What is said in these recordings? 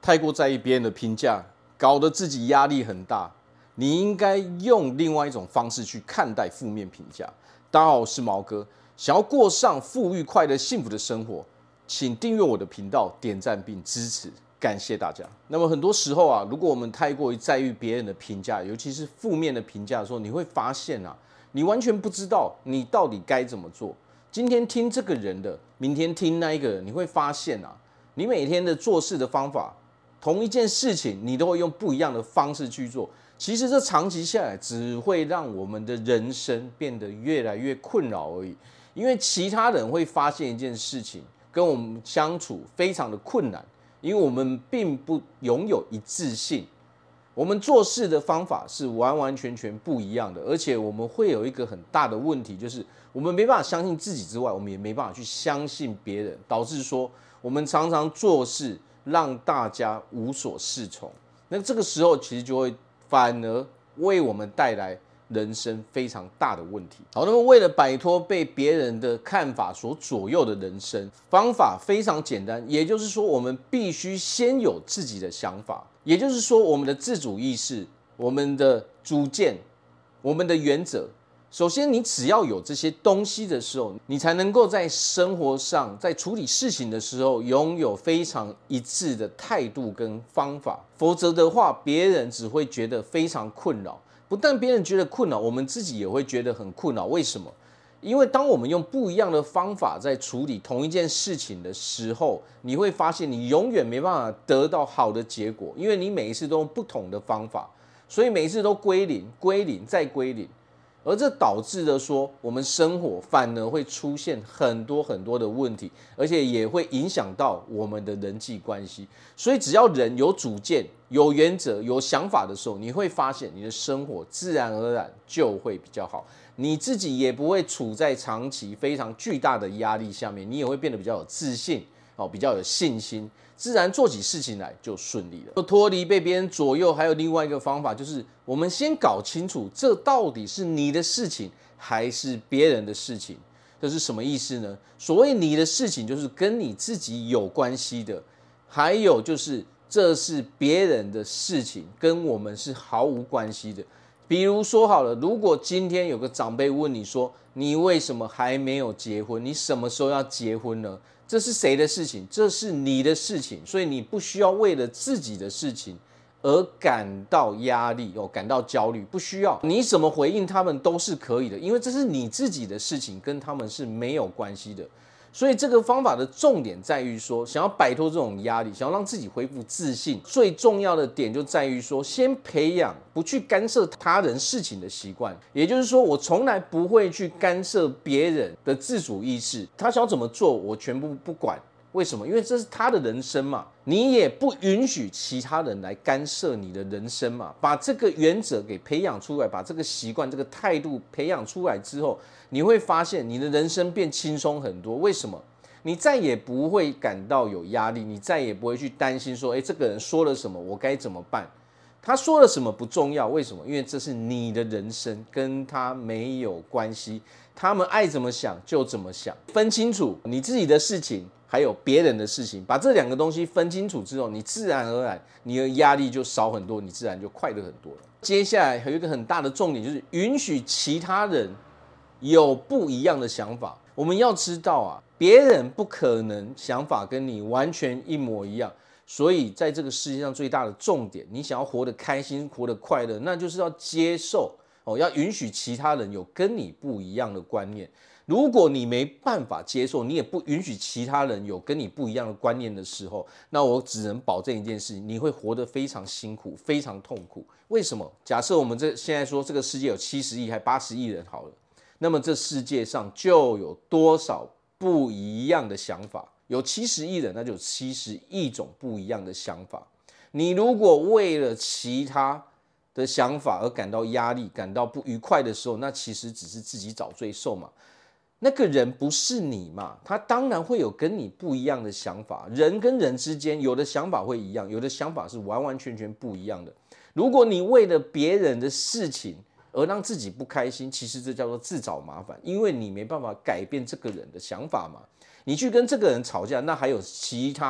太过在意别人的评价，搞得自己压力很大。你应该用另外一种方式去看待负面评价。大家好，我是毛哥。想要过上富裕、快乐、幸福的生活，请订阅我的频道、点赞并支持，感谢大家。那么很多时候啊，如果我们太过于在意别人的评价，尤其是负面的评价的时候，你会发现啊，你完全不知道你到底该怎么做。今天听这个人的，明天听那一个人，你会发现啊，你每天的做事的方法，同一件事情，你都会用不一样的方式去做。其实这长期下来，只会让我们的人生变得越来越困扰而已。因为其他人会发现一件事情，跟我们相处非常的困难，因为我们并不拥有一致性，我们做事的方法是完完全全不一样的，而且我们会有一个很大的问题，就是我们没办法相信自己之外，我们也没办法去相信别人，导致说我们常常做事让大家无所适从。那这个时候其实就会反而为我们带来人生非常大的问题。好，那么为了摆脱被别人的看法所左右的人生，方法非常简单，也就是说，我们必须先有自己的想法，也就是说，我们的自主意识、我们的主见、我们的原则。首先，你只要有这些东西的时候，你才能够在生活上，在处理事情的时候，拥有非常一致的态度跟方法。否则的话，别人只会觉得非常困扰。不但别人觉得困扰，我们自己也会觉得很困扰。为什么？因为当我们用不一样的方法在处理同一件事情的时候，你会发现你永远没办法得到好的结果，因为你每一次都用不同的方法，所以每一次都归零、归零再归零。而这导致的说，我们生活反而会出现很多很多的问题，而且也会影响到我们的人际关系。所以，只要人有主见、有原则、有想法的时候，你会发现你的生活自然而然就会比较好，你自己也不会处在长期非常巨大的压力下面，你也会变得比较有自信，比较有信心。自然做起事情来就顺利了。脱离被别人左右，还有另外一个方法，就是我们先搞清楚，这到底是你的事情还是别人的事情。这是什么意思呢？所谓你的事情，就是跟你自己有关系的；还有就是这是别人的事情，跟我们是毫无关系的。比如说好了，如果今天有个长辈问你说，你为什么还没有结婚？你什么时候要结婚呢？这是谁的事情？这是你的事情，所以你不需要为了自己的事情而感到压力感到焦虑，不需要。你怎么回应他们都是可以的，因为这是你自己的事情，跟他们是没有关系的。所以这个方法的重点在于说，想要摆脱这种压力，想要让自己恢复自信，最重要的点就在于说，先培养不去干涉他人事情的习惯。也就是说，我从来不会去干涉别人的自主意识，他想要怎么做，我全部不管。为什么？因为这是他的人生嘛，你也不允许其他人来干涉你的人生嘛。把这个原则给培养出来，把这个习惯、这个态度培养出来之后，你会发现你的人生变轻松很多。为什么？你再也不会感到有压力，你再也不会去担心说，这个人说了什么，我该怎么办？他说了什么不重要，为什么？因为这是你的人生，跟他没有关系。他们爱怎么想就怎么想，分清楚你自己的事情还有别人的事情，把这两个东西分清楚之后，你自然而然你的压力就少很多，你自然就快乐很多了。接下来还有一个很大的重点，就是允许其他人有不一样的想法。我们要知道啊，别人不可能想法跟你完全一模一样，所以在这个世界上最大的重点，你想要活得开心、活得快乐，那就是要接受要允许其他人有跟你不一样的观念。如果你没办法接受，你也不允许其他人有跟你不一样的观念的时候，那我只能保证一件事情，你会活得非常辛苦、非常痛苦。为什么？假设我们现在说这个世界有70亿还80亿人好了，那么这世界上就有多少不一样的想法？有70亿人，那就有70亿种不一样的想法。你如果为了其他的想法而感到压力、感到不愉快的时候，那其实只是自己找罪受嘛。那个人不是你嘛，他当然会有跟你不一样的想法。人跟人之间，有的想法会一样，有的想法是完完全全不一样的。如果你为了别人的事情而让自己不开心，其实这叫做自找麻烦，因为你没办法改变这个人的想法嘛。你去跟这个人吵架，那还有其他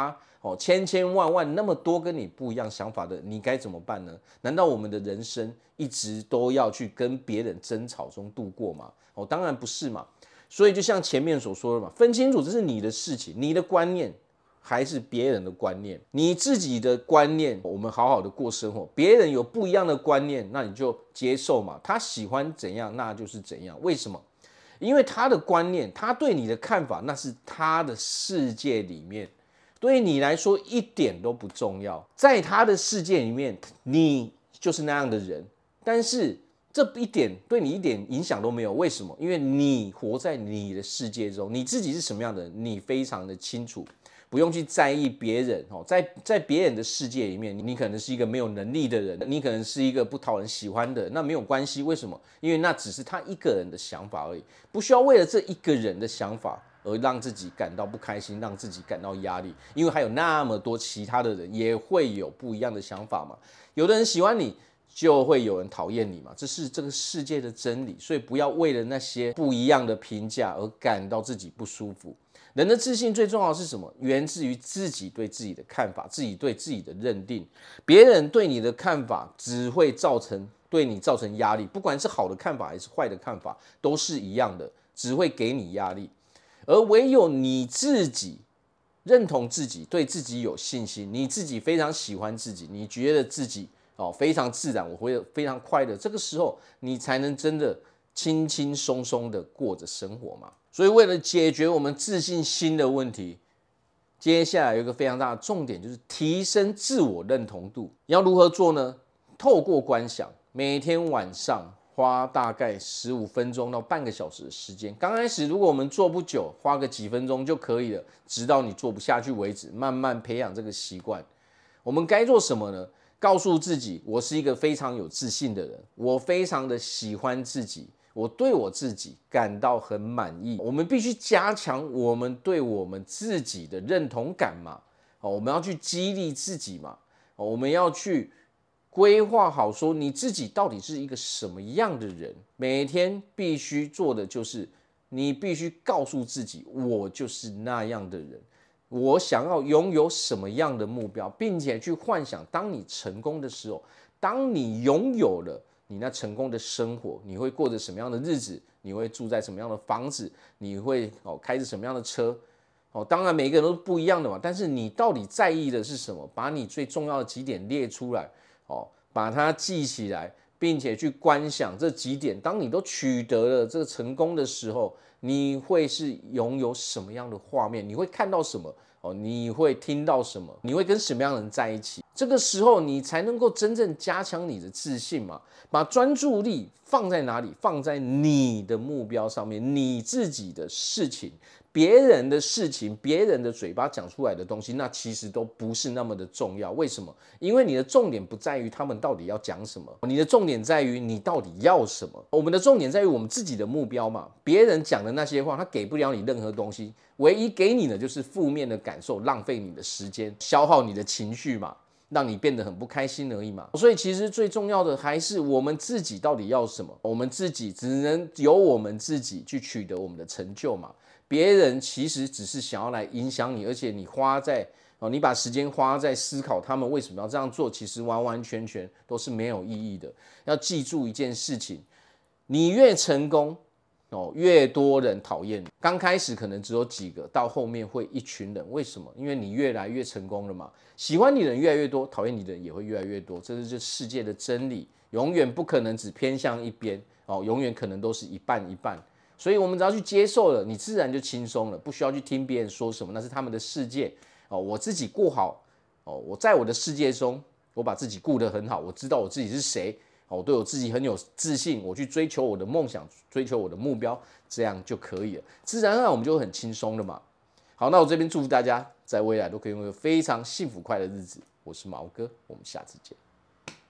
千千万万那么多跟你不一样想法的，你该怎么办呢？难道我们的人生一直都要去跟别人争吵中度过吗？当然不是嘛。所以就像前面所说的嘛，分清楚这是你的事情，你的观念还是别人的观念，你自己的观念，我们好好的过生活。别人有不一样的观念，那你就接受嘛，他喜欢怎样，那就是怎样。为什么？因为他的观念，他对你的看法，那是他的世界里面，对你来说一点都不重要。在他的世界里面，你就是那样的人，但是这一点对你一点影响都没有。为什么？因为你活在你的世界中，你自己是什么样的人，你非常的清楚。不用去在意别人，在别人的世界里面，你可能是一个没有能力的人，你可能是一个不讨人喜欢的人，那没有关系。为什么？因为那只是他一个人的想法而已，不需要为了这一个人的想法而让自己感到不开心，让自己感到压力。因为还有那么多其他的人也会有不一样的想法嘛。有的人喜欢你，就会有人讨厌你嘛，这是这个世界的真理。所以不要为了那些不一样的评价而感到自己不舒服。人的自信最重要的是什么？源自于自己对自己的看法，自己对自己的认定。别人对你的看法只会对你造成压力，不管是好的看法还是坏的看法，都是一样的，只会给你压力。而唯有你自己认同自己，对自己有信心，你自己非常喜欢自己，你觉得自己非常自然，我会非常快乐，这个时候你才能真的轻轻松松的过着生活嘛。所以为了解决我们自信心的问题，接下来有一个非常大的重点，就是提升自我认同度。你要如何做呢？透过观想，每天晚上花大概15分钟到半个小时的时间。刚开始如果我们做不久，花个几分钟就可以了，直到你做不下去为止，慢慢培养这个习惯。我们该做什么呢？告诉自己，我是一个非常有自信的人，我非常的喜欢自己，我对我自己感到很满意。我们必须加强我们对我们自己的认同感嘛，我们要去激励自己嘛，我们要去规划好说你自己到底是一个什么样的人。每天必须做的就是你必须告诉自己，我就是那样的人，我想要拥有什么样的目标，并且去幻想当你成功的时候，当你拥有了你那成功的生活，你会过着什么样的日子，你会住在什么样的房子，你会开着什么样的车。当然每一个人都是不一样的嘛，但是你到底在意的是什么？把你最重要的几点列出来，把它记起来，并且去观想这几点。当你都取得了这个成功的时候，你会是拥有什么样的画面？你会看到什么？你会听到什么？你会跟什么样的人在一起？这个时候你才能够真正加强你的自信嘛。把专注力放在哪里？放在你的目标上面，你自己的事情。别人的事情，别人的嘴巴讲出来的东西，那其实都不是那么的重要。为什么？因为你的重点不在于他们到底要讲什么，你的重点在于你到底要什么。我们的重点在于我们自己的目标嘛。别人讲的那些话，他给不了你任何东西，唯一给你的就是负面的感受，浪费你的时间，消耗你的情绪嘛，让你变得很不开心而已嘛。所以其实最重要的还是我们自己到底要什么。我们自己只能由我们自己去取得我们的成就嘛。别人其实只是想要来影响你，而且你把时间花在思考他们为什么要这样做，其实完完全全都是没有意义的。要记住一件事情，你越成功，越多人讨厌你。刚开始可能只有几个，到后面会一群人。为什么？因为你越来越成功了嘛，喜欢你的人越来越多，讨厌你的人也会越来越多。这是这世界的真理，永远不可能只偏向一边，永远可能都是一半一半。所以我们只要去接受了，你自然就轻松了，不需要去听别人说什么，那是他们的世界。我自己过好，我在我的世界中，我把自己顾得很好，我知道我自己是谁，我对我自己很有自信，我去追求我的梦想，追求我的目标，这样就可以了，自然而然我们就会很轻松了嘛。好，那我这边祝福大家在未来都可以拥有非常幸福快乐的日子。我是毛哥，我们下次见。